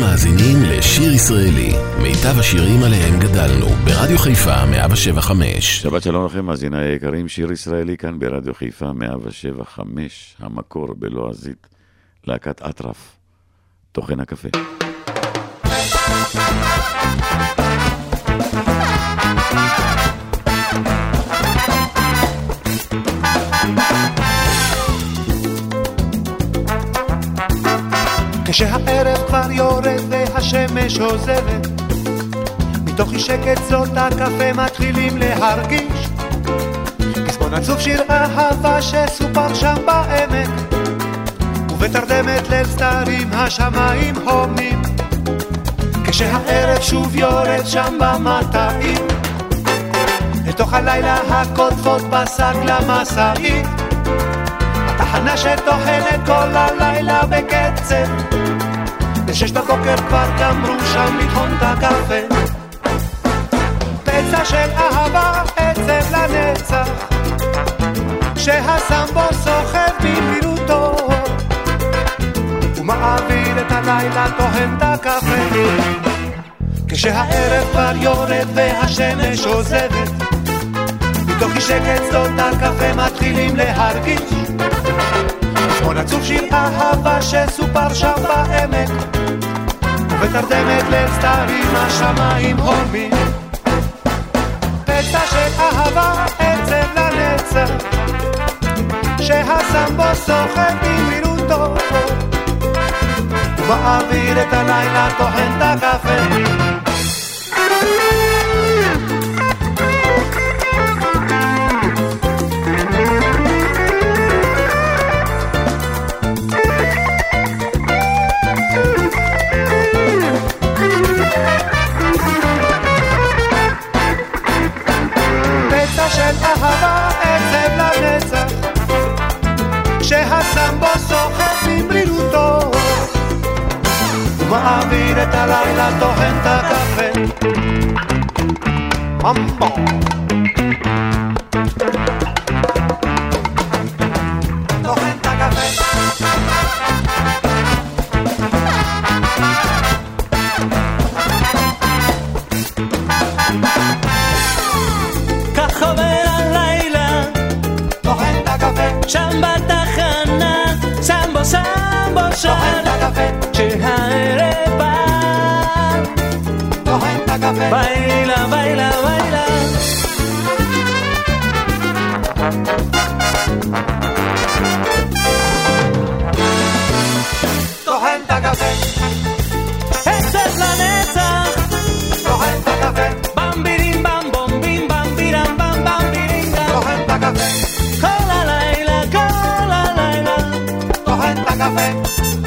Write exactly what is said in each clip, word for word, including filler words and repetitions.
מאזינים לשיר ישראלי, מיטב השירים עליהם גדלנו, ברדיו חיפה מאה שבע חמש. שבת שלום לכם, מאזיני היקרים, שיר ישראלי כאן ברדיו חיפה מאה שבע חמש, המקור בלועזית, להקת אטרף, תוכן הקפה. כשהערב כבר יורד והשמש עוזבת, מתוך אי שקט זאת הקפה מתחילים להרגיש כסבון עצוב שיר אהבה שסופר שם בעמק, ובתרדמת ליל סתרים השמיים הומים. כשהערב שוב יורד שם במטעים, לתוך הלילה הקוטפות בשק למסעית, התחנה שטוחנת כל הלילה בקצב, בשש בבוקר כבר גמרו שם לטחון את הקפה. פצע של אהבה, עצב לנצח, שהסמבו סוחב במהירותו, ומעביר את הלילה טוחן את הקפה. כשהערב כבר יורד והשמש עוזבת, מתוך אי שקט שדות הקפה מתחילים להרגיש כמו עצוב שיר אהבה שסופר שם בעמק, ובתרדמת ליל סתרים השמיים הומים. פצע של אהבה, עצב לנצח, שהסמבו סוחב במהירותו, ומעביר את הלילה טוחן את הקפה. אהבה, עצב לנצח, שהסמבו סוחב במרירותו, ומעביר את הלילה טוחן את הקפה. ממבו טוחן את הקפה. שם בתחנה, סמבו סמבו שר, שהערב בא, ביילה ביילה ביילה. טוחן את הקפה, עצב לנצח, טוחן את הקפה, במבירים במבומבים במבירם במבמבירים, טוחן את הקפה, כל הלילה כל הלילה טוחן את הקפה.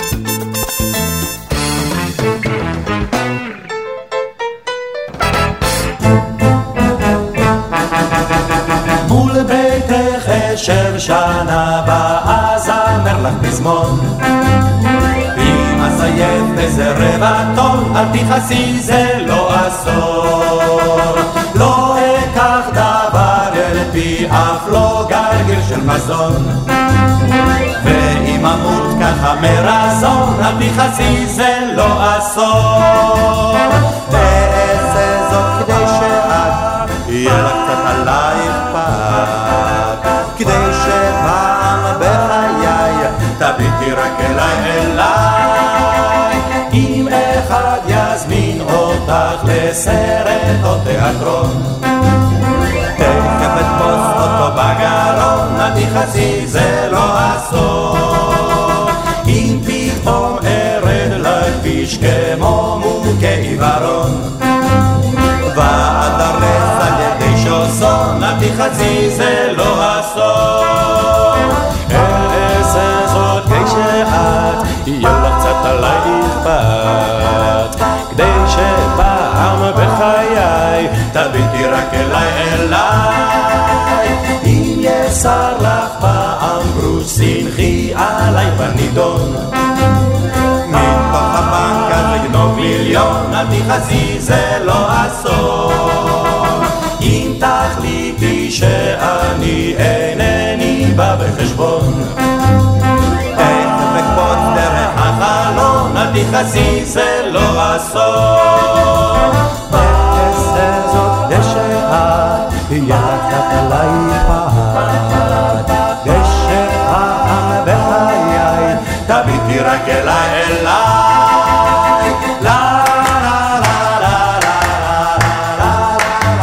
מול ביתך אשב שנה ואז אמר לך פזמון, אם אסייף איזה רבע טון אל תכעסי זה לא אסור, לא אקח דבר אל פי אף לא גרגר של מזון, ואם אמות ככה מרזון אל תכעסי זה לא אסור, ואעשה זאת כדי שאת יהיה לך קצת עלייך פת, כדי שפעם בחיי תביטי רק אליי אליי, אם אחד יזמין אותך לסרט או תיאטרון, תכף אתפוס אותו בגרון, אל תכעסי זה לא אסור, אם פתאום ארד לכביש כמו מוכה עיוורון, ואדרס על ידי שוסון, אל תכעסי זה לא אסור, אעשה זאת כדי שאת יהיה לך קצת עלייך בת, כדי שפעם בחיי תביטי רק אליי אליי, אם יסר לך פעם גרוש שמחי עליי בנידון, מתוך הבנק אז לגנוב מיליון, אל תכעסי זה לא אסור, אם תחליטי שאני אינני בא בחשבון, איך מקפוץ דרך החלון, אל תחזי זה לא אסור. אעשה זאת דשאת, יהיה קצת עליי פחד. דשאת בחיי, תביטי רק אליי אליי. לה לה לה לה לה לה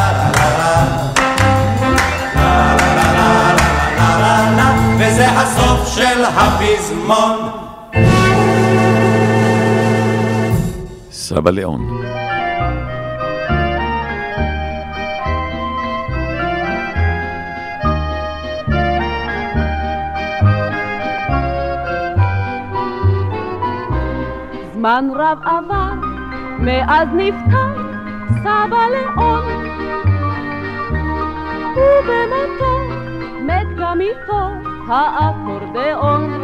לה לה לה, וזה הסוף של הפזמון. סבא ליאון. זמן רב עבר מאז נפטר סבא ליאון, ובמותו מת גם איתו האקורדיאון.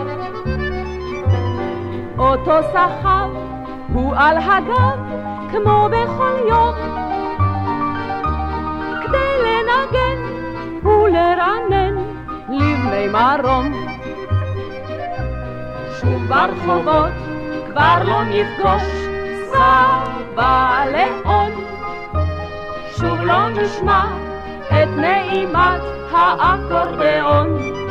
אותו סחב הוא על הגב כמו בכל יום, כדי לנגן ולרנן לבני מרום. שוב ברחובות כבר לא נפגוש סבא ליאון, שוב לא נשמע את נעימת האקורדיאון.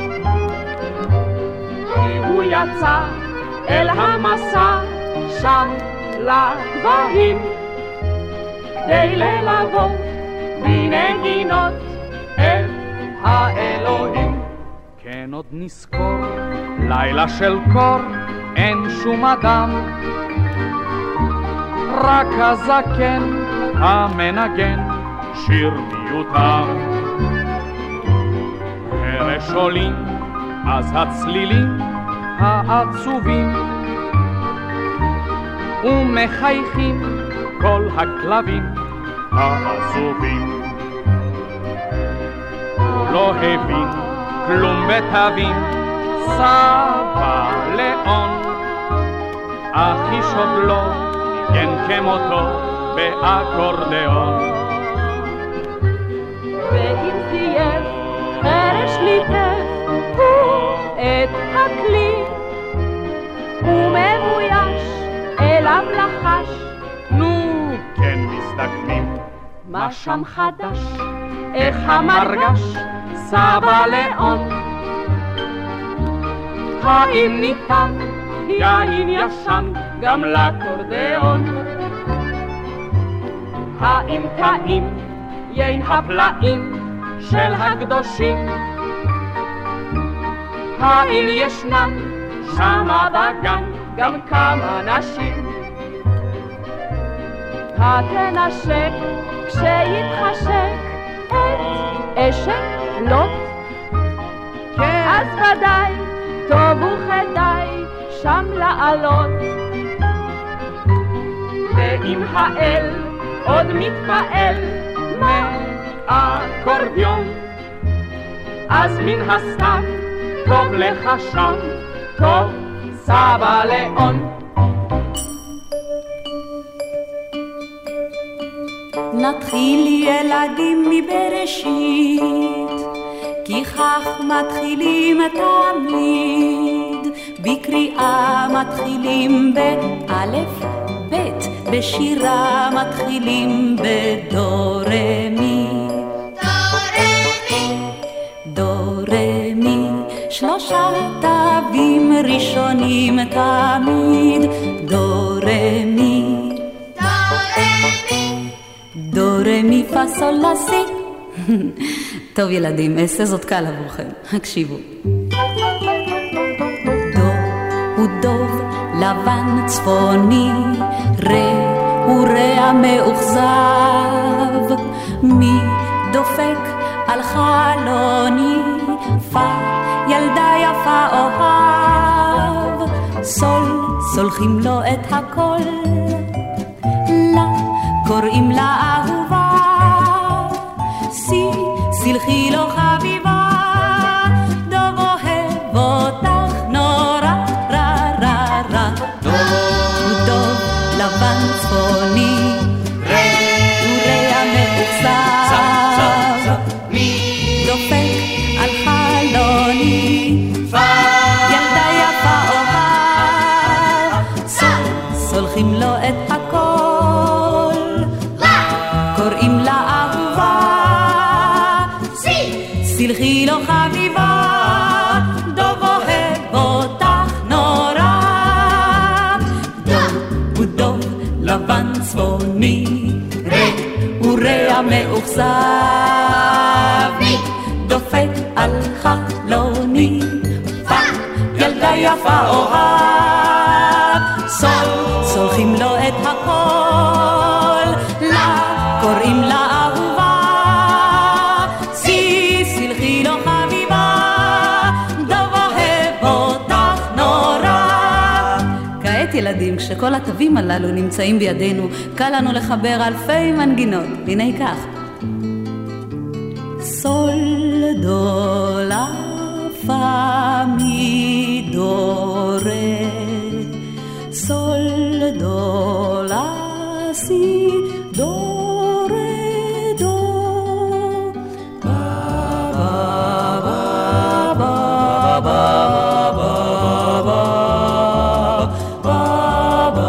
כי הוא יצא אל המסע שם לגבהים, כדי ללוות בנגינות אל האלוהים. כן עוד נזכור לילה של קור, אין שום אדם, רק הזקן המנגן שיר מיותם. חרש עולים אז הצלילים העצובים, ומחייכים כל הכלבים העזובים. הוא לא הבין כלום בתווים סבא ליאון, אך איש עוד לא כן כמותו באקורדיאון. ואם תהיה חרש ליטף הוא את הכלי, ומבויש אליו לחש, נו כן מסתכלים מה שם חדש, איך המרגש סבא ליאון. האם ניתן יין ישן גם לאקורדיאון? האם טעים יין הפלאים של הקדושים? האם ישנם שמה בגן גם כמה נשים? התנשק כשיתחשק את אשת לוט, אז ודאי טוב וכדאי שם לעלות. ואם האל עוד מתפעל מאקורדיון, אז מן הסתם טוב לך שם, טוב סבא ליאון. נתחיל ילדים מבראשית, כי כך מתחילים תמיד, בקריאה מתחילים באלף בית, בשירה מתחילים בדו רמי. דו רמי, שלושה תווים ראשונים תמיד, דו רמי. דו רמי פה סול לה סי. טוב ילדים, אעשה זאת קל עבורכם, הקשיבו. דו הוא דוב לבן צפוני, רה הוא רע מאוכזב, מי דופק על חלוני, פה ילדה יפה אוהב, סול סולחים לו את הכל, לה קוראים לה אהובה, סי סלחי לו חביבה, דוב אוהב אותך נורא רע רע רע. דוב דוב לבן צפוני, ורע מאוכזב, דופק על חלוני, ילדה יפה אוהב, סול את הכל. קוראים לה אהובה, סלחי לו חביבה, דוב אוהב אותך נורא. דוב הוא דוב לבן צבעוני, ריק ורע מאוכזב, דופק על חלוני, פאק ילדה יפה אוהב. סול, סולחים לו את הכל, לה קוראים לה אהובה, סי סלחי לו חביבה, דוב אוהב אותך נורא. כעת ילדים, כשכל התווים הללו נמצאים בידינו, קל לנו לחבר אלפי מנגינות. הנה כך: סול דו לה fa mi do re, sol do la si do re do, ba ba ba ba ba ba ba ba ba ba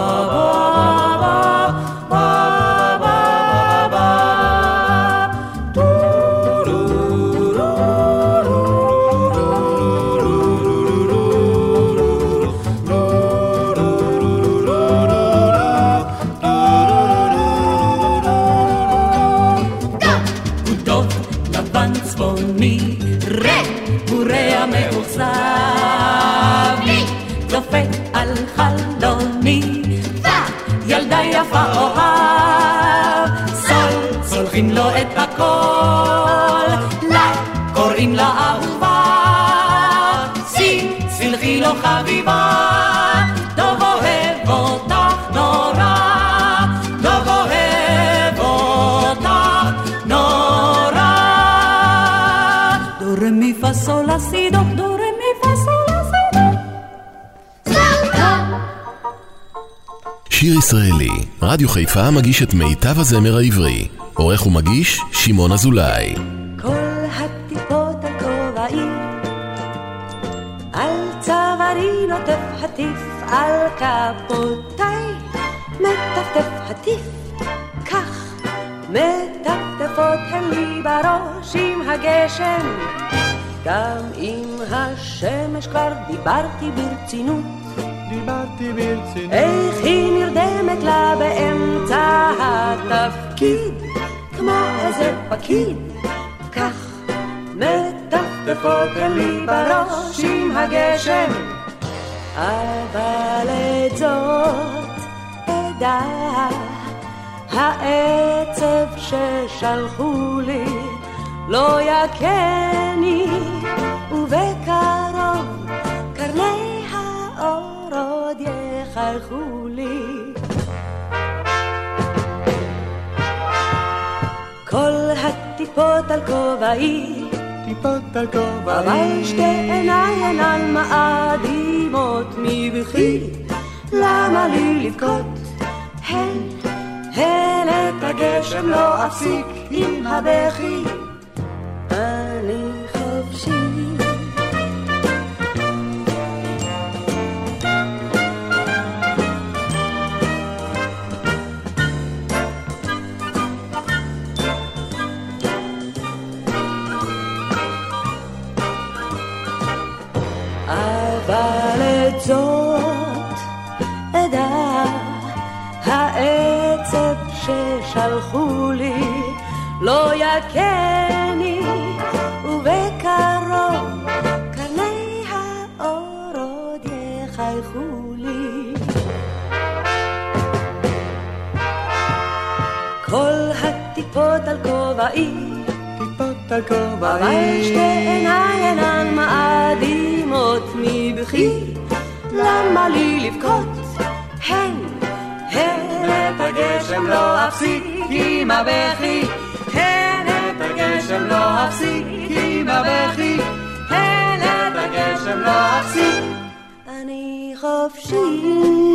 דופק על חלוני, ילדה יפה אוהב. סול, סולחים לו את הכל, לה קוראים לה אהובה, סי סלחי לו חביבה, דוב אוהב אותך נורא, דוב אוהב אותך נורא. דו רמי פה סול לה סי דו, דו רמי פה סול לה סי דו. שיר ישראלי, רדיו חיפה מגיש את מיטב הזמר העברי. עורך ומגיש שמעון אזולאי. כל הטיפות על כובעי, על צווארי נוטף הטיף, על כפותיי מטפטף הטיף, כך מטפטפות הן לי בראש עם הגשם. גם עם השמש כבר דיברתי ברצינות, דיברתי ברצינות, איך היא נרדמת לה באמצע התפקיד, כמו איזה פקיד, כך מטפטפות הן לי בראש עם הגשם. אבל את זאת אדע, העצב ששלחו לי לא יקני, ובקרוב קרני האור עוד יחייכו לי. כל הטיפות על כובעי, טיפות על כובעי, אבל שתי עיניי אינן מאדימות מבכי, למה לי לבכות? הן, הן את הגשם לא אפסיק עם הבכי, אני חופשי. אבל את זאת אדע, העצב ששלחו לי לא יקני, ובקרוב קרני האור עוד יחייכו לי. כל הטיפות על כובעי, טיפות על כובעי, אבל שתי עיניי אינן מאדימות מבכי, למה לי לבכות? הן, הן את הגשם לא אפסיק עם הבכי, הן את הגשם לא אפסיק עם הבכי, הן את הגשם לא אפסיק. אני חופשי,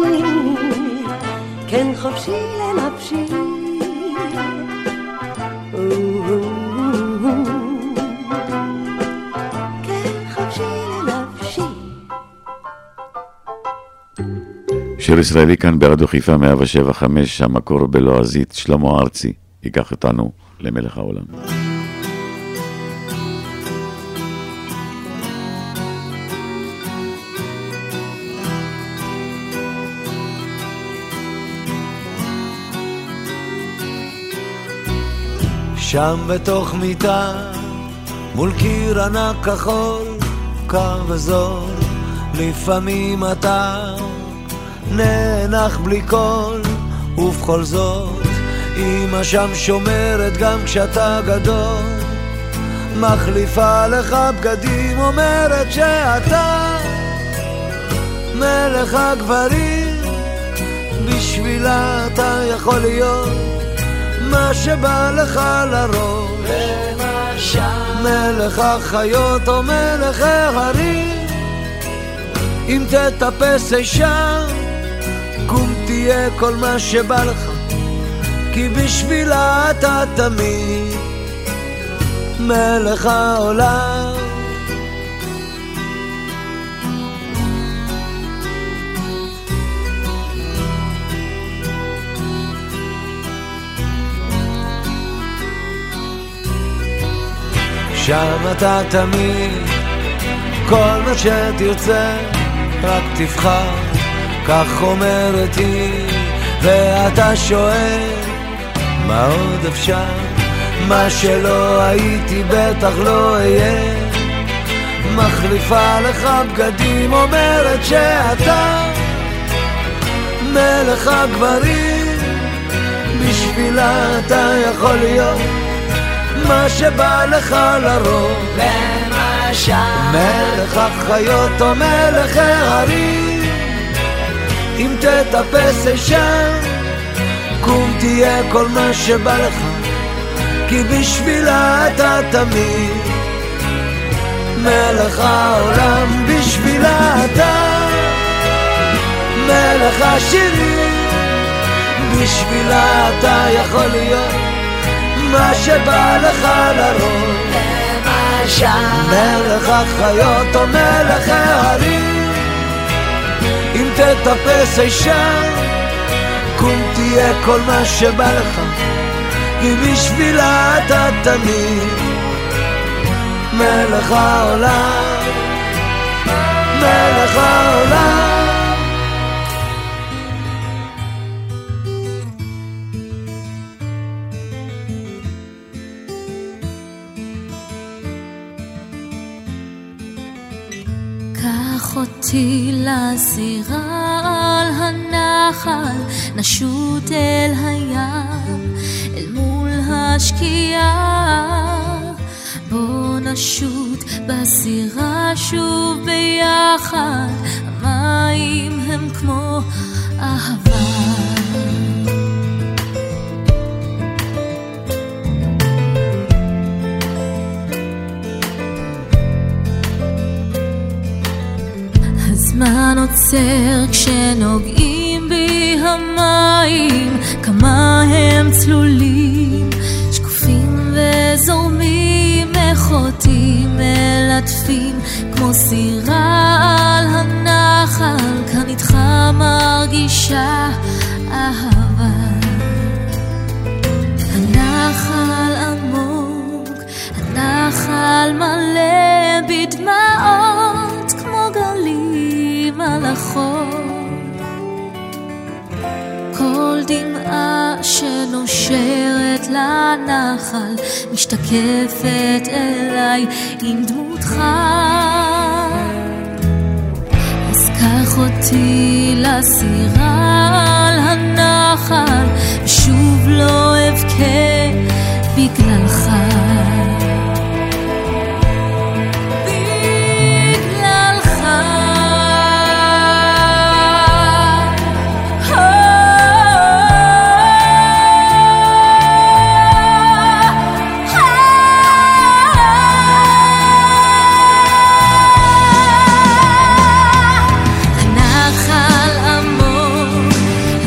כן חופשי לנפשי, שיר שיר ישראלי כאן ברדיו חיפה מאה שבע חמש, המקור בלועזית. שלמה ארצי ייקח אותנו למלך העולם. שם בתוך מיטה מול קיר ענק כחול, קר וזול, לפעמים אתה נאנח בלי קול, ובכל זאת אמא שם שומרת גם כשאתה גדול, מחליפה לך בגדים, אומרת שאתה מלך הגברים, בשבילה אתה יכול להיות מה שבא לך לראש, למשל מלך החיות או מלך ההרים. אם תטפס אישה קום תהיה כל מה שבא לך, כי בשבילה אתה תמיד מלך העולם. שם אתה תמיד כל מה שתרצה רק תבחר, כך אומרת היא, ואתה שואל מה עוד אפשר, מה שלא הייתי בטח לא אהיה, מחליפה לך בגדים, אומרת שאתה מלך הגברים, בשבילה אתה יכול להיות מה שבא לך לרוב, למשל מלך החיות או מלך ההרים. אם תטפס אישה קום תהיה כל מה שבא לך, כי בשבילה אתה תמיד מלך העולם, בשבילה אתה מלך השירים, בשבילה אתה יכול להיות מה שבא לך לרוב, למשל מלך החיות או מלך ההרים. אם תטפס אישה קום תהיה כל מה שבא לך, כי בשבילה אתה תמיד מלך העולם, מלך העולם. אותי לסירה על הנחל, נשוט אל הים, אל מול השקיעה. בוא נשוט בסירה שוב ביחד, המים הם כמו אהבה. הזמן עוצר כשנוגעים בי המים, כמה הם צלולים, שקופים וזורמים, איך אותי מלטפים כמו סירה על הנחל, כאן איתך מרגישה אהבה. הנחל עמוק, הנחל מלא בדמעות כמו גלים על החול, כל דמעה שנושרת לנחל משתקפת אליי עם דמותך. אז קח אותי לסירה על הנחל ושוב לא אבכה בגללך. הנחל עמוק,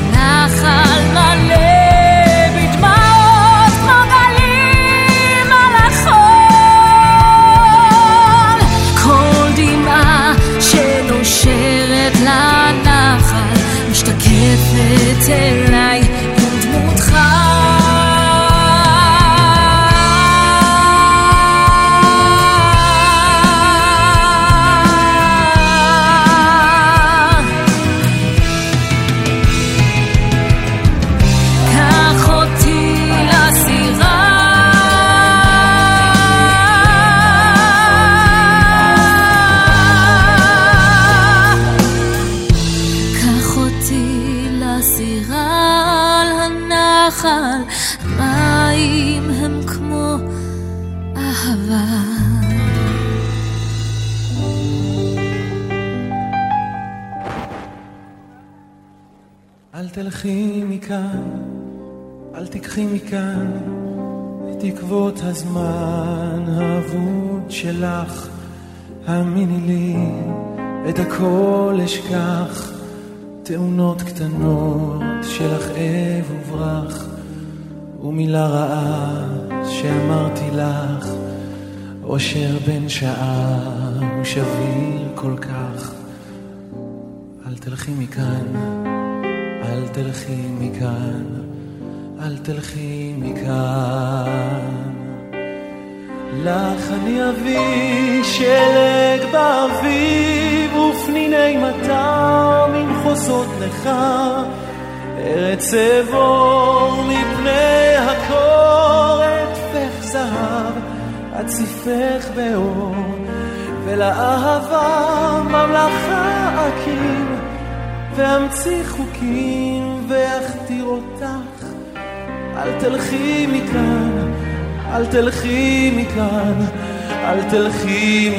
לסירה על הנחל, המים הם כמו אהבה. אל תלכי מכאן, אל תיקחי מכאן את עקבות הזמן האבוד שלך. האמיני לי, את הכל אשכח, תאונות קטנות שלך אב וברח, ומילה רעה שאמרתי לך, אושר בן שעה הוא שביר כל כך. אל תלכי מכאן, אל תלכי מכאן, אל תלכי מכאן. לך אני אביא שלג באביב ופניני מטר ממחוזות נחר, ארץ אבור מפני הקור, אדפך זהב אציפך באור, ולאהבה ממלכה אקים, ואמציא חוקים ואכתיר אותך. אל תלכי מכאן, אל תלכי מכאן, אל תלכי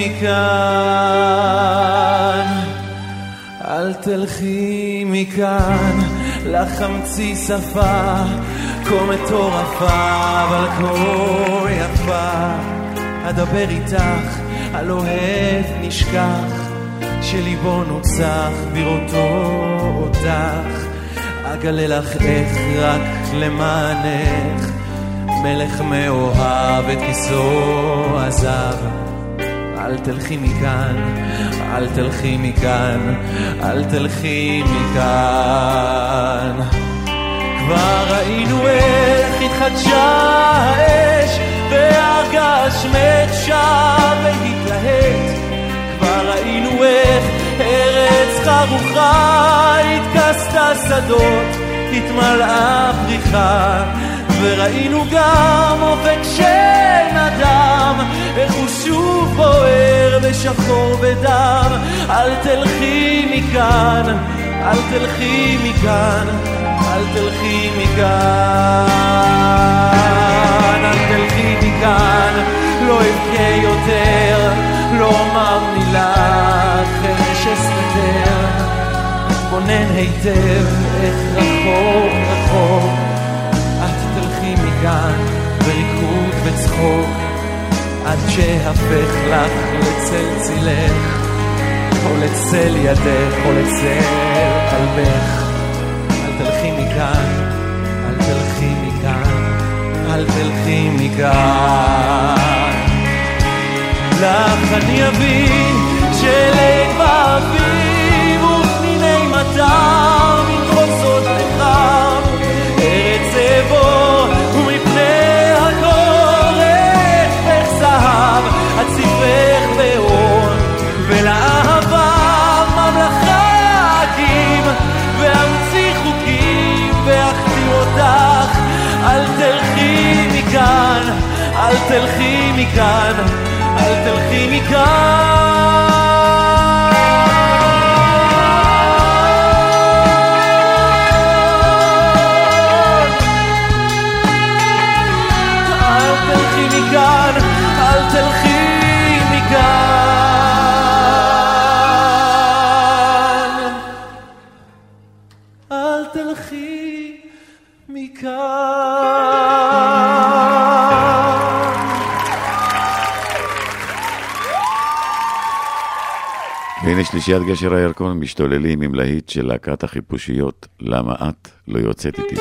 מכאן, אל תלכי מכאן. לך אמציא שפה כה מטורפה, אבל כה יפה, אדבר איתך על אוהב נשכח, שליבו נוצח בראותו אותך. אגלה לך איך רק למענך, מלך מאוהב את כיסו עזב. אל תלכי מכאן, אל תלכי מכאן, אל תלכי מכאן. כבר ראינו איך התחדשה האש, והרגש מת שם והתלהט. כבר ראינו איך ארץ חרוכה התכסתה שדות, התמלאה פריחה. וראינו גם אופק של אדם, איך הוא שוב בוער ושחור בדם. אל תלכי מכאן, אל תלכי מכאן, אל תלכי מכאן, אל תלכי מכאן. לא אבכה יותר, לא אומר מילה, חרש אסתתר. בונן היטב איך רחוק רחוק, מכאן בריקוד וצחוק, עד שהפך לך לצל צילך, או לצל ידך, או לצל קלבך. אל תלכי מכאן, אל תלכי מכאן, אל תלכי מכאן. לך אני אביא שלג באביב ופניני מטר ממחוזות נחר, ארץ אבור ומפני הקור, אדפך זהב אציפך באור, ולאהבה ממלכה אקים, ואמציא חוקים ואכתיר אותך. אל תלכי מכאן, אל תלכי מכאן, אל תלכי מכאן. מכאן, אל תלכי מכאן, אל תלכי מכאן. והנה שלישיית גשר הירקון משתוללים עם להיט של להקת החיפושיות, למה את לא יוצאת איתי.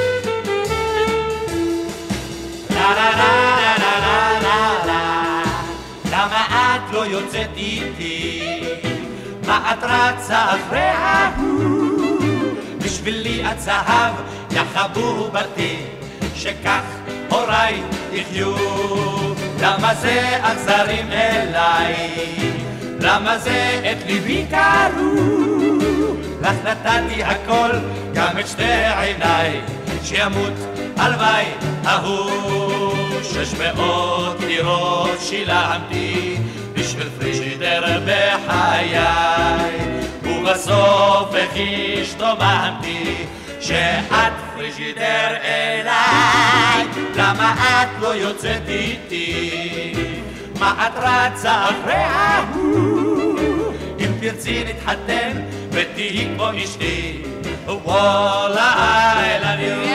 לא יוצאת איתי, מה את רצה אחרי ההוא? בשבילי את זהב, יא חבובתי, שכך הוריי יחיו. למה זה אכזרים אליי? למה זה את ליבי קרו? לך נתתי הכל, גם את שתי עיניי, שימות הלוואי ההוא. שש מאות לירות שילמתי בשביל פריג'ידר בחיי, ובסוף איך השתוממתי שאת פריג'ידר אליי, למה את לא יוצאת איתי? מה את רצה אחרי ההוא? אם תרצי נתחתן ותהי כמו אשתי, וואלה I love you.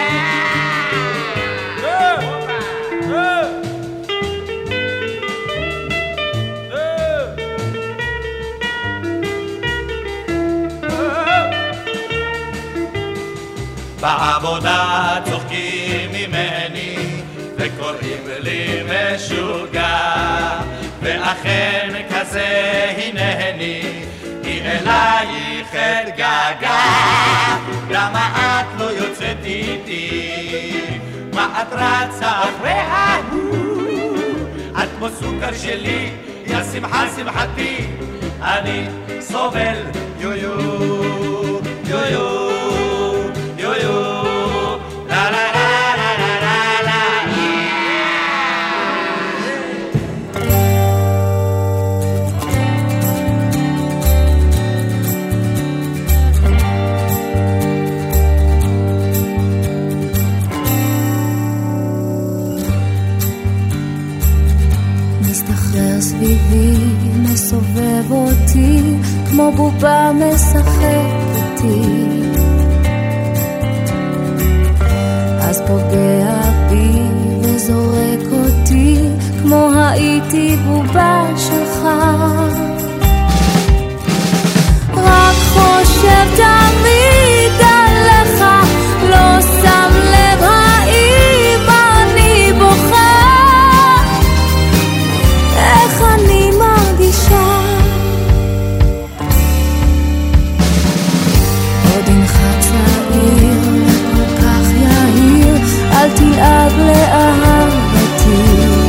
בעבודה צוחקים ממני וקוראים לי משוגע, ואכן כזה הנני, היא אלייך אתגעגע. למה את לא יוצאת איתי? מה את רצה אחרי ההוא? את כמו סוכר שלי, יא שמחה שמחתי, אני סובל יו יו יו יו yo yo la la la la la la la מסתחרר סביבי, מסובב אותי כמו בובה משחק איתי, אז פוגע בי וזורק אותי כמו הייתי בובה שלך. רק חושב תמיד עליך, לא שם לב האם אני בוכה, איך אני מרגישה. עוד אינך צעיר אל תלעג לאהבתי,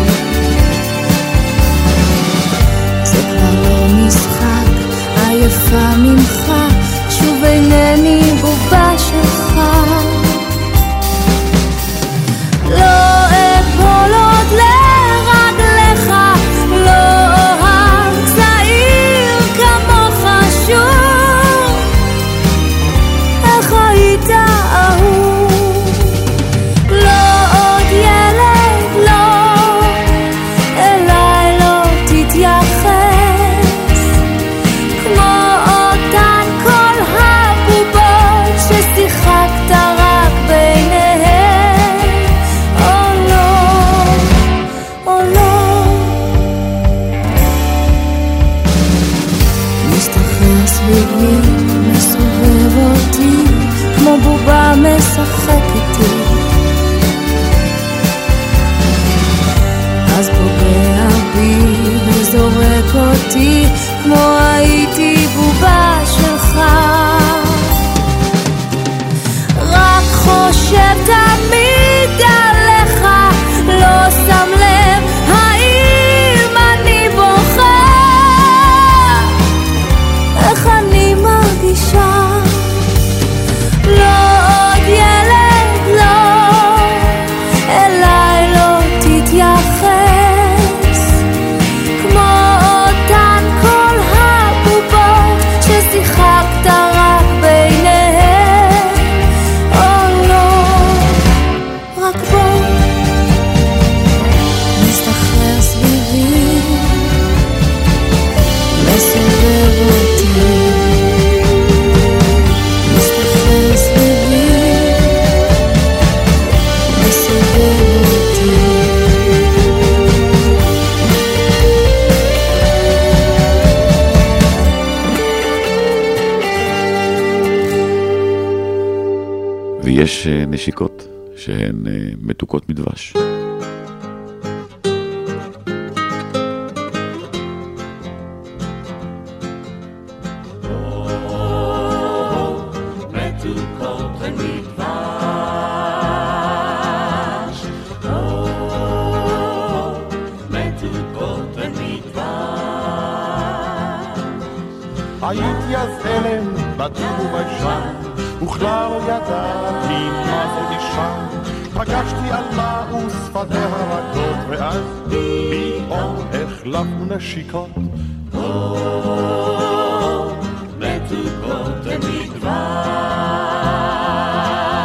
זה כבר לא משחק, עייפה ממך, שוב אינני בובה שלך. לא אפול עוד לרגליך, לא אוהב צעיר כמוך שוב, איך היית אהוב. מסובב אותי כמו בובה משחק איתי, אז פוגע בי וזורק אותי כמו הייתי בובה שלך. רק חושב תמיד עליך, לא שם לב האם אני בוכה, איך אני מרגישה. לא עוד ילד, לא, אליי לא תתייחס, כמו אותן כל הבובות ששיחקת רק ביניהם. או לא, רק בוא מסתחרר סביבי, מסובב אותי, מסתחרר סביבי, מסובב אותי. ויש נשיקות שהן מתוקות מדבש. הייתי אז אלם בטוב ובשם, וכלל לא ידעתי מה זו אישה. פגשתי על מאוס שפתיה רכות, ואז פתאום החלפנו נשיקות. מתוקות מדבש.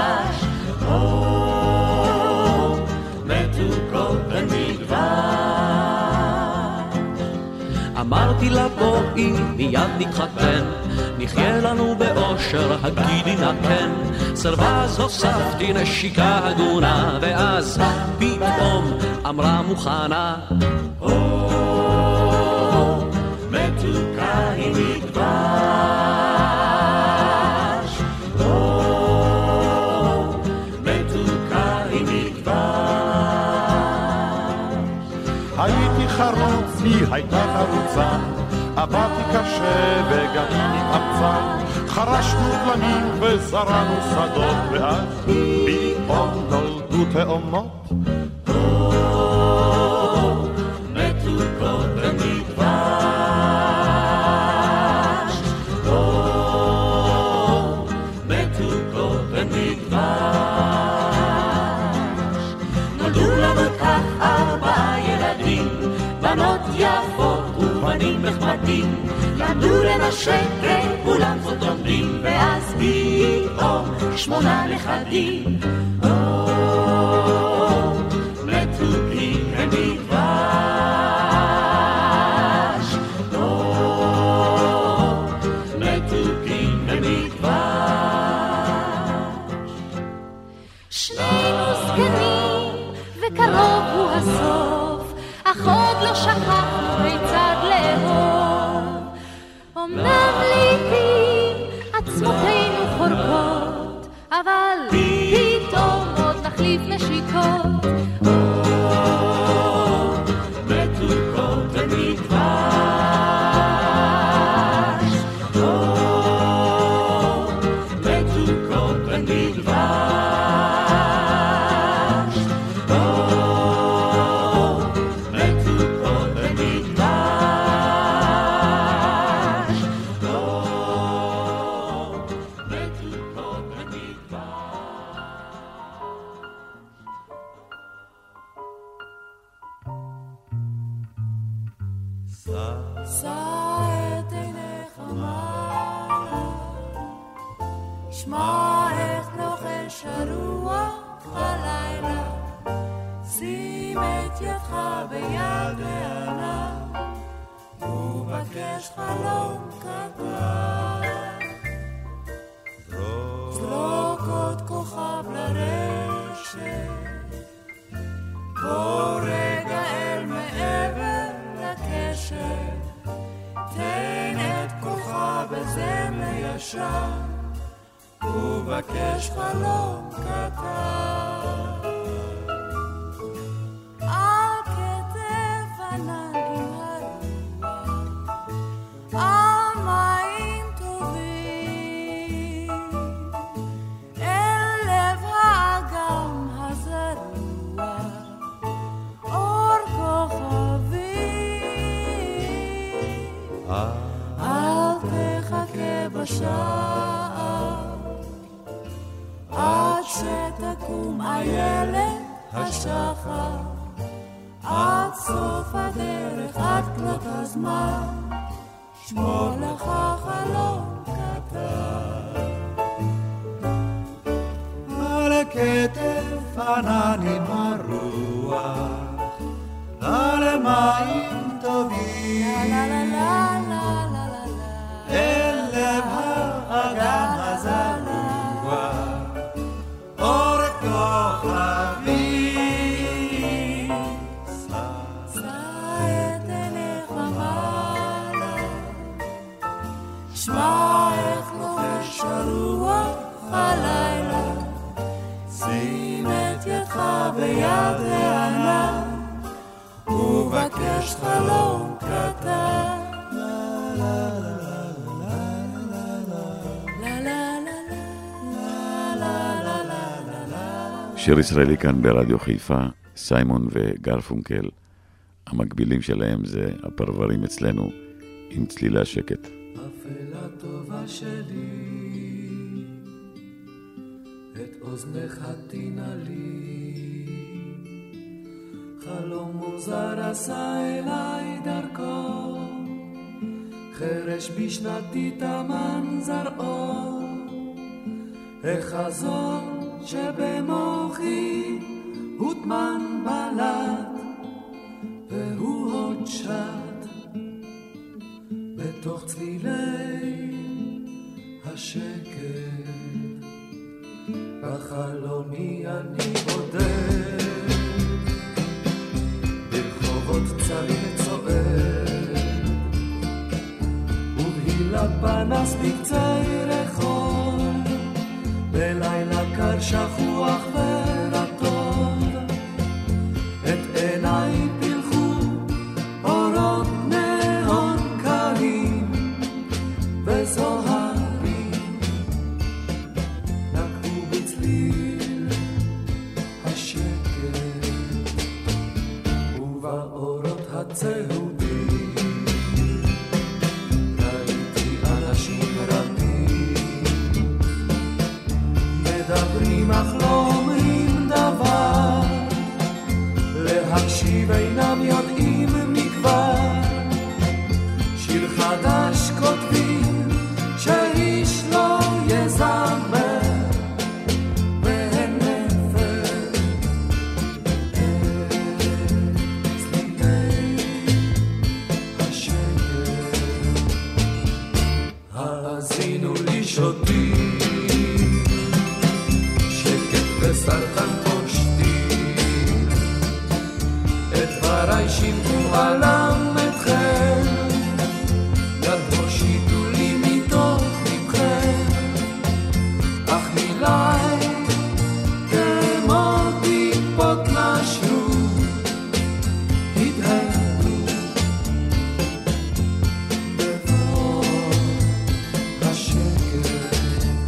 בואי מיד נתחתן, נחיה לנו באושר, הגידי נא כן. סרבה זו הוספתי נשיקה הגונה, ואז פתאום אמרה מוכנה, או, מתוקה היא מדבש, או, מתוקה היא מדבש. הייתי חרוץ, היא הייתה חרוצה, עבדתי קשה וגם היא התאמצה, חרשנו תלמים וזרענו שדות, ואז פתאום נולדו תאומות. מתוקות במדבש, מתוקות במדבש. נולדו לנו כך ארבעה ילדים, בנות יפות ובנים נחמדים, למדו לנשק וכולם זאת אומרים, ואז פתאום שמונה נכדים. מתוקים במדבש, מתוקים במדבש. שנינו זקנים וקרוב הוא הסוף, אך עוד לא שכחנו כיצד לאהוב. אמנם לעתים עצמותינו חורקות, אבל פתאום עוד נחליף נשיקות. מתוקות במדבש, מתוקות במדבש, מתוקות במדבש, מתוקות במדבש. שא את עיניך מעלה, שמע איך לוחש הרוח הלילה, שים את ידך ביד הענן, ובקש חלום קטן. זרוק עוד כוכב לרשת, כל רגע אל מעבר לקשר, תן את כוכב בזמר ישן, ובקש חלום קטן. על כתף ענן הרוח, על מים טובים, אל לב האגם הזרוע, אור כוכבים. אל תחכה בשער, עד שתקום איילת השחר, עד סוף הדרך, עד כלות הזמן, שמור לך חלום קטן. על הכתף עננים הרוח, על מים טובים, אל לב האגם הזרוע, אור כוכבים. שא את עיניך מעלה, שמע איך לוחש הרוח הלילה, שים את ידך ביד הענן, ובקש חלום קטן. שיר ישראלי כאן ברדיו חיפה, סיימון וגרפונקל. המקבילים שלהם זה הפרברים אצלנו עם צלילי השקט. אפלה טובה שלי, את אוזנך תינה לי, חלום מוזר עשה אליי דרכו, חרש בשנתי תמן זרעו, החזון שבמוחי הוטמן בלט, והוא עוד שט בתוך צלילי השקט, בחלוני אני בודד, ברחובות צרים צועד, ובהילת פנס בקצה רחוב, בלילה קר שכוח ורטוב, את עיניי פילחו אורות נאון קרים וזוהרים, נגעו בצליל השקט ובאורות הצהובים, ראיתי אנשים רבים מדברים אך לא אומרים דבר, להקשיב אינם יודעים מכבר, שיר חדש כותבים שאיש לא יזמר, בהנפר צלילי השקט, האזינו לי שוטים, שקט וסרטן פושטים, את דבריי שימעו עלם אתכם, יד הושיטו לי מתוך לבכם, אך מילי כמו טיפות נשרו, הדהדו בבור השקט,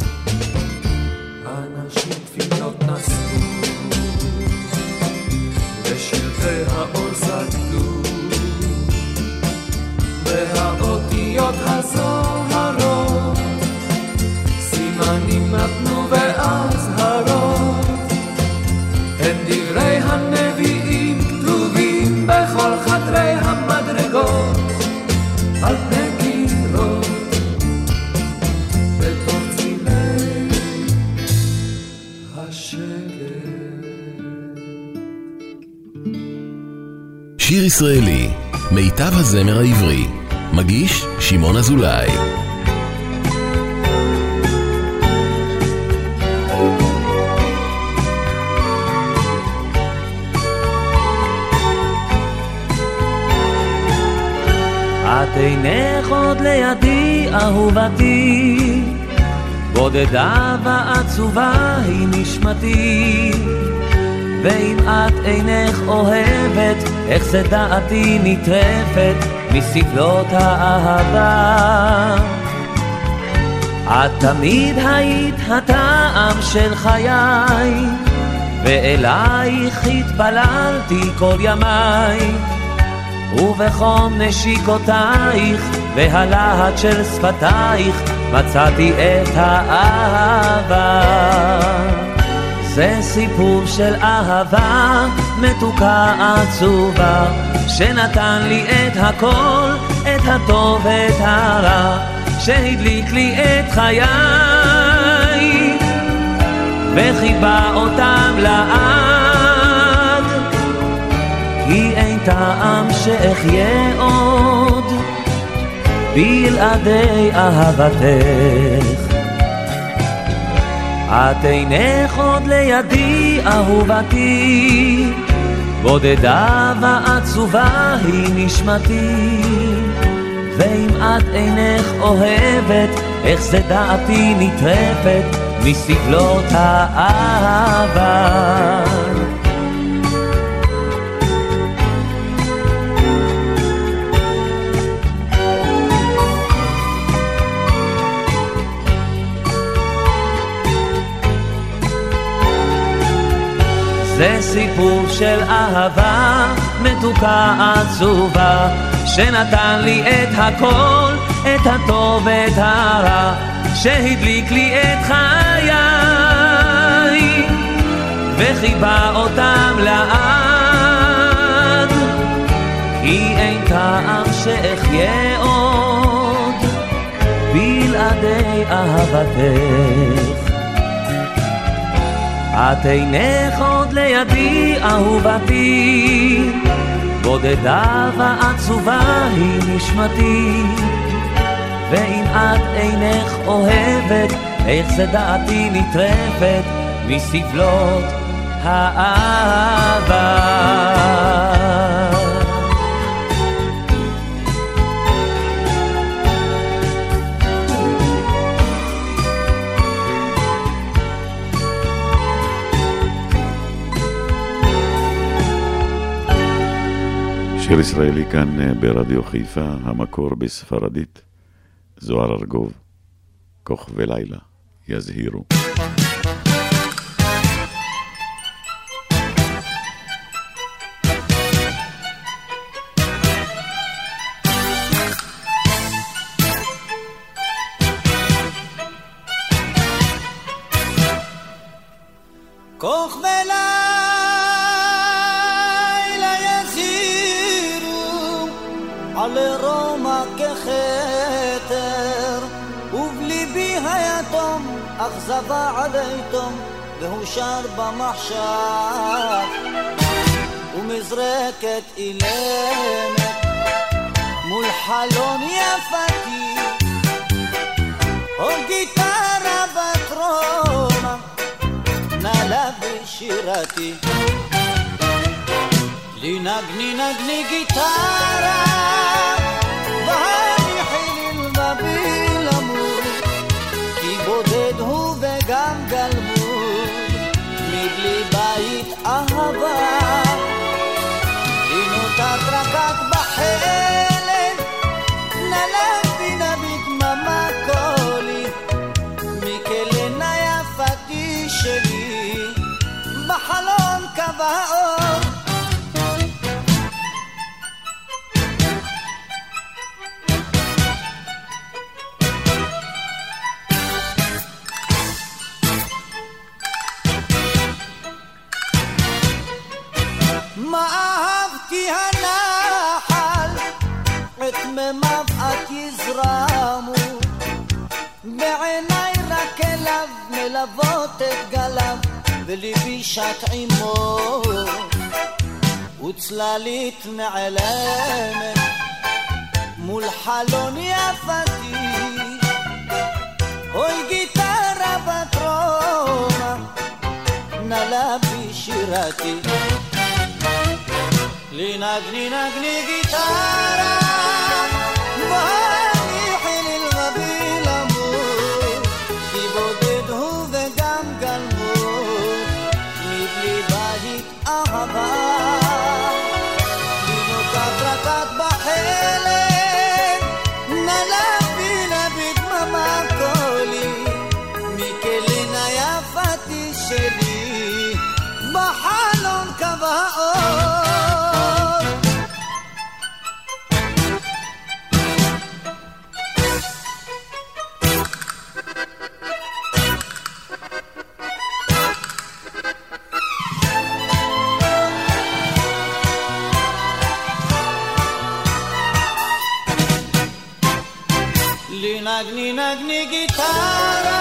אנשים תפילות נשאו, בשלטי האור סגדו, והאותיות הזוהרות סימנים נתנו ואזהרות, הם דברי הנביאים כתובים בכל חדרי המדרגות, על פני קירות בתוך צלילי השקט. שיר ישראלי, מיטב הזמר העברי, מגיש שמעון אזולאי. את אינך עוד לידי אהובתי, בודדה ועצובה היא נשמתי, ואם את אינך אוהבת, איך זה דעתי נטרפת מסבלות האהבה. את תמיד היית הטעם של חיי, ואלייך התפללתי כל ימיי, ובחום נשיקותייך והלהט של שפתייך מצאתי את האהבה. זה סיפור של אהבה מתוקה עצובה, שנתן לי את הכל, את הטוב ואת הרע, שהדליק לי את חיי וחיבה אותם לעד, כי אין טעם שאחיה עוד בלעדי אהבתך. את אינך עוד לידי אהובתי, בודדה ועצובה היא נשמתי, ואם את אינך אוהבת, איך זה דעתי נטרפת מסבלות האהבה. זה סיפור של אהבה מתוקה עצובה, שנתן לי את הכל, את הטוב ואת הרע, שהדליק לי את חיי וחיבה אותם לעד, כי אין טעם שאחיה עוד בלעדי אהבתך. את אינך עוד לידי אהובתי, בודדה ועצובה היא נשמתי, ואם את אינך אוהבת, איך זה דעתי נטרפת מסבלות האהבה. שיר ישראלי כאן ברדיו חיפה, המקור בספרדית, זוהר ארגוב, כוכבי לילה, יזהירו. כוכבי על רומא כחתר, ובליבי היתום אכזבה עלי תום, והוא שר במחשב ומזרקת אילמת מול חלון יפתי, או גיטרה בת רומא נעלה בשירתי. לי נגני נגני גיטרה והניחי ללבבי למות, כי בודד הוא וגם גלמוד מבלי בית אהבה. לי נותרת רק בחלק נלבי נבי דממה קולי, מכלנה יפתי שלי בחלון קבע אור. מה אהבתי הנחל, את מימיו את יזרמו, בעיניי רק אליו מלוות את גליו, וליבי שט עמו וצללית נעלמת מול חלון יפתי, אוי גיטרה בת רומא נעלה בשירתי. לי נגני נגני גיטרה והניחי ללבבי למות, כי בודד הוא וגם גלמוד מבלי בית אהבה. לי נותרת רק את בחלק נלבי נבי דממה קולי, מכלנה יפתי שלי בחלון קבע אור. לי נגני נגני גיטרה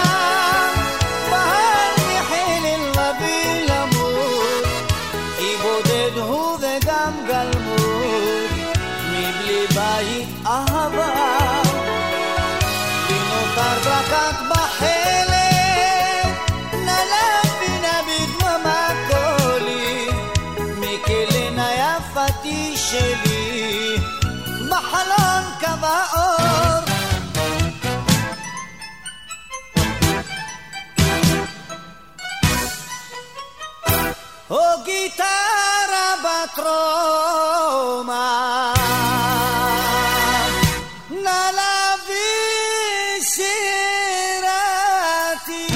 והניחי ללבבי למות, כי בודד הוא וגם גלמוד מבלי בית אהבה. לי נותרת רק את בחלק נלבי נבי דממה קולי, מכלנה יפתי שלי בחלון קבע אור. או גיטרה בת רומא נלבי שירתי.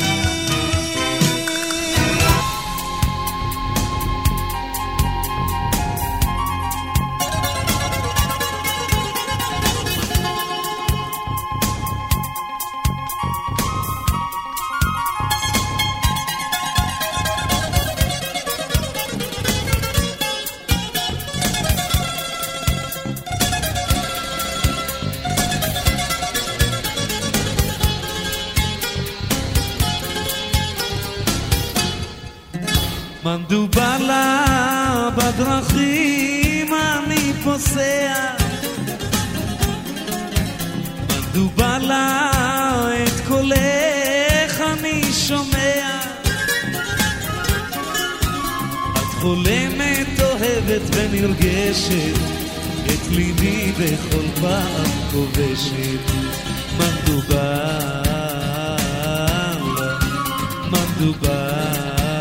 מדובר לה בדרכים אני פוסע, מדובלה את קולך אני שומע, את חולמת אוהבת ונרגשת, את ליבי בכל פעם כובשת. מדובלה, מדובלה,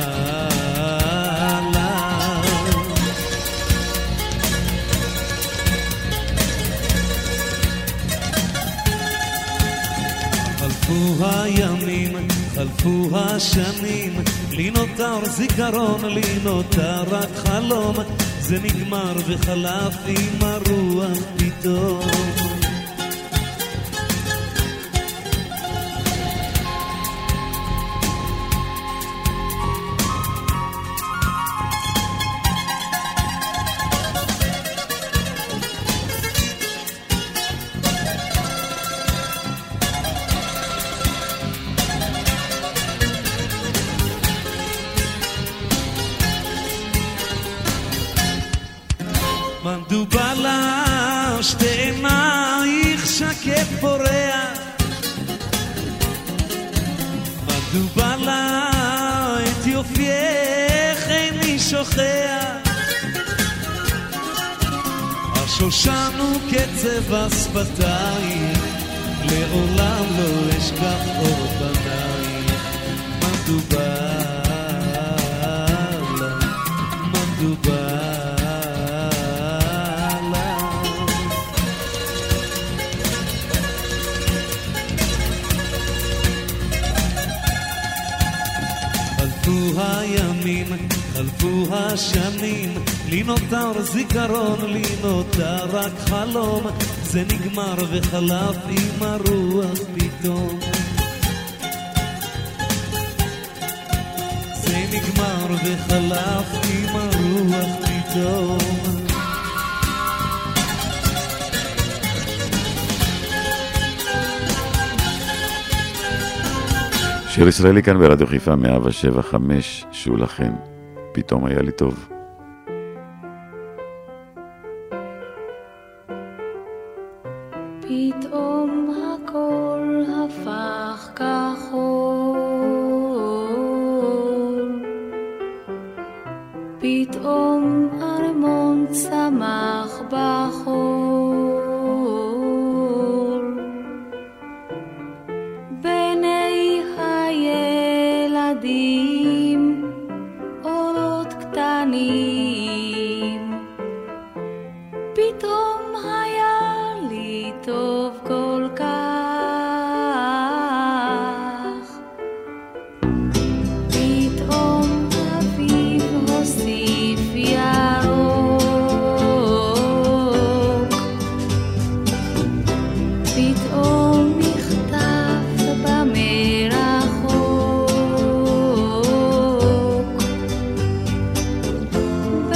חלפו הימים, חלפו השנים, לי נותר זיכרון, לי נותר רק חלום, זה נגמר וחלף עם הרוח פתאום. מדובלה שתי עינייך שקט פורח, מדובלה את יופייך איני שוכח, השושן הוא קצב השפתייך, לעולם לא אשכח אור פנייך. מדובלה, מדובלה, חלפו הימים, חלפו השנים, לי נותר זיכרון, לי נותר רק חלום, זה נגמר וחלף עם הרוח פתאום. זה נגמר וחלף עם הרוח פתאום. שיר ישראלי כאן ברדיו חיפה מאה שבע חמש, שו לכן, פתאום היה לי טוב. פתאום הכל הפך כחול, פתאום ארמון צמח בחול, בני הילדים אורות קטנים, פתאום היה לי טוב כל כך, פתאום אביב הוסיף ירוק, פתאום נכתב במרחוק,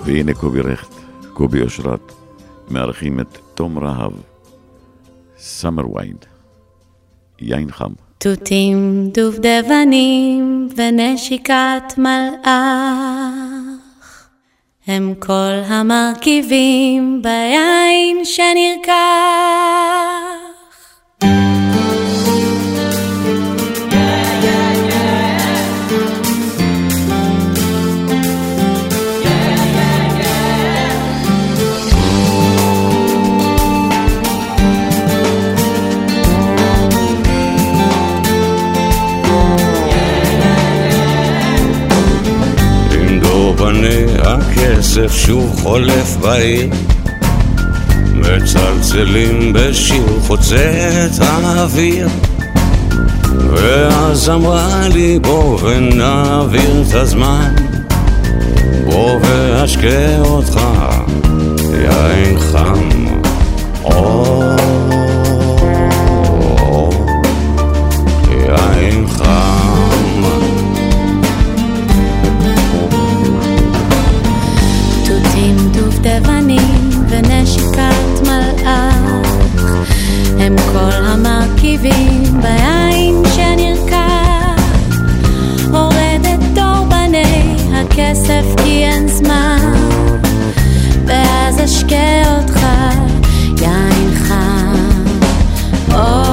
והנה קובי רכט, קובי אושרת, מארחים את תום רהב, סאמר וויין, יין חם. תותים דובדבנים ונשיקת מלאך, הם כל המרכיבים ביין שנרקח. בני הכסף שוב חולף בעיר, מצלצלים בשיר חוצה את האוויר, ואז אמרה לי בוא ונעביר את הזמן, בוא ואשקה אותך יין חם. או יין חם, דובדבנים ונשיקת מלאך, הם כל המרכיבים ביין שנרקח. הורדת דור בני הכסף כי אין זמן, ואז אשקה אותך יין חם. או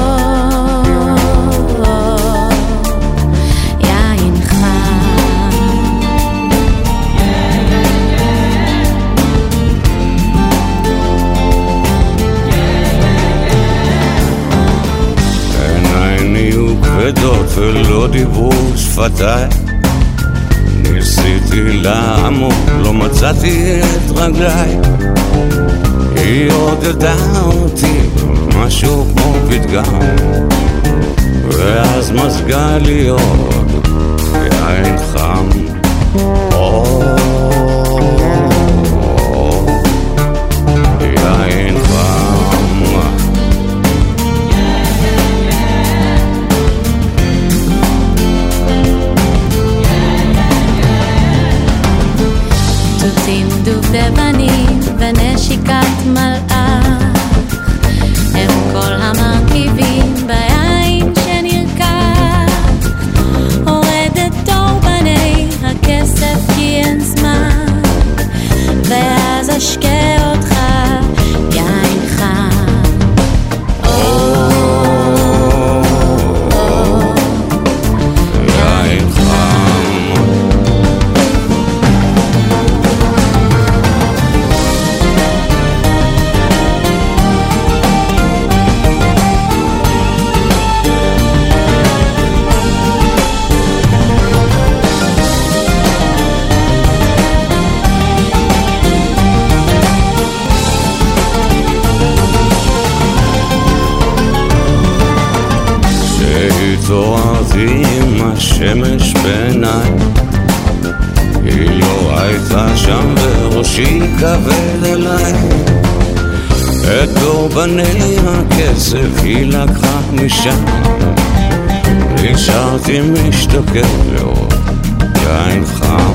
כבדות ולא דיברו שפתיי, ניסיתי לעמוד, לא מצאתי את רגליי. היא עודדה אותי משהו כמו פתגם, ואז מזגה לי עוד יין חם. או יין חם, דובדבנים ונשיקת מלאך, הם כל המרכיבים ביין שנרקח. הורדת דור בני הכסף כי אין זמן, ואז אשקה אותך יין חם. יין חם, התעוררתי עם השמש בעיניי, היא לא הייתה שם וראשי כבד אליי. את דורבני הכסף היא לקחה משם, נשארתי משתוקק לאור יין חם.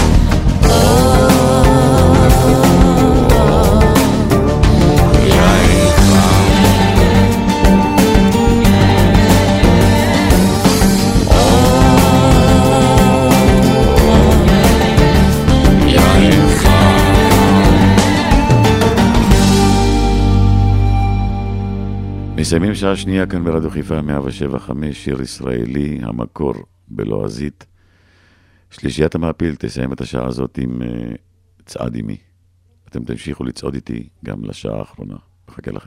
מסיימים שעה שנייה כאן ברדיו חיפה מאה שבע חמש, שיר ישראלי, המקור בלועזית. שלישיית המעפיל תסיים את השעה הזאת עם uh, צעד עימי. אתם תמשיכו לצעוד איתי גם לשעה האחרונה. מחכה לכם.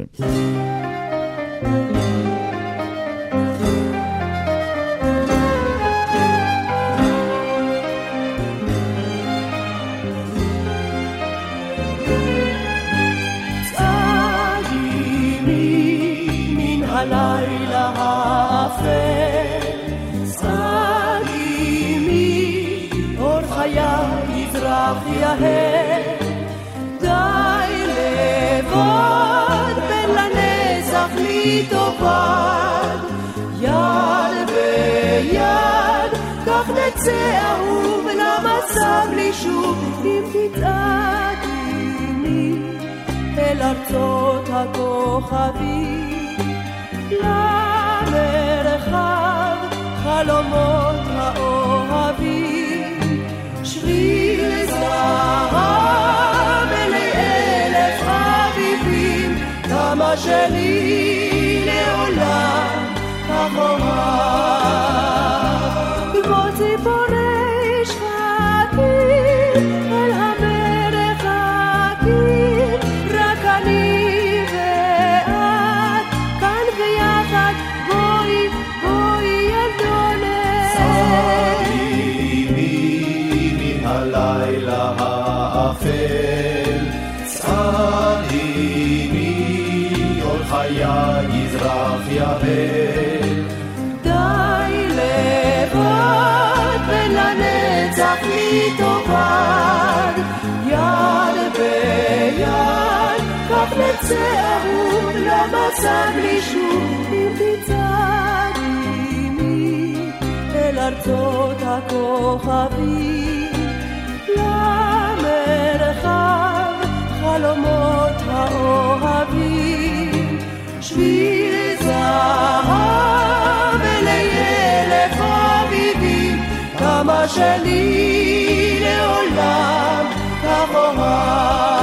הלילה האפל, צד עימי, אור חיי יזרח יהל, די לבד בין לנצח לי תאבד, יד ביד, כך נצא אהוב למסע בלי שוב, אם תצעד עימי אל ארצות הכוכבים, למרחב חלומות האוהבים, שביל זהב אלי אלף חביבים, כמה שלי לעולם אחריו, כמו ציפורי שחקים אל המרחקים, רק אני ואת כאן ביחד, בואי בואי ילדונת. צעדי מן הלילה האפל, צעדי מעוד חיי יזרח יבל, די לבד ולנצח מתאבד, יד ביד כך נצא אהוב למסע בלי שוב, אם תצעד עימי אל ארצות הכוכבים, למרחב חלומות האוהבים, שביל זהב אלי אלף חביבים, כמה שלי לעולם כך אוהב.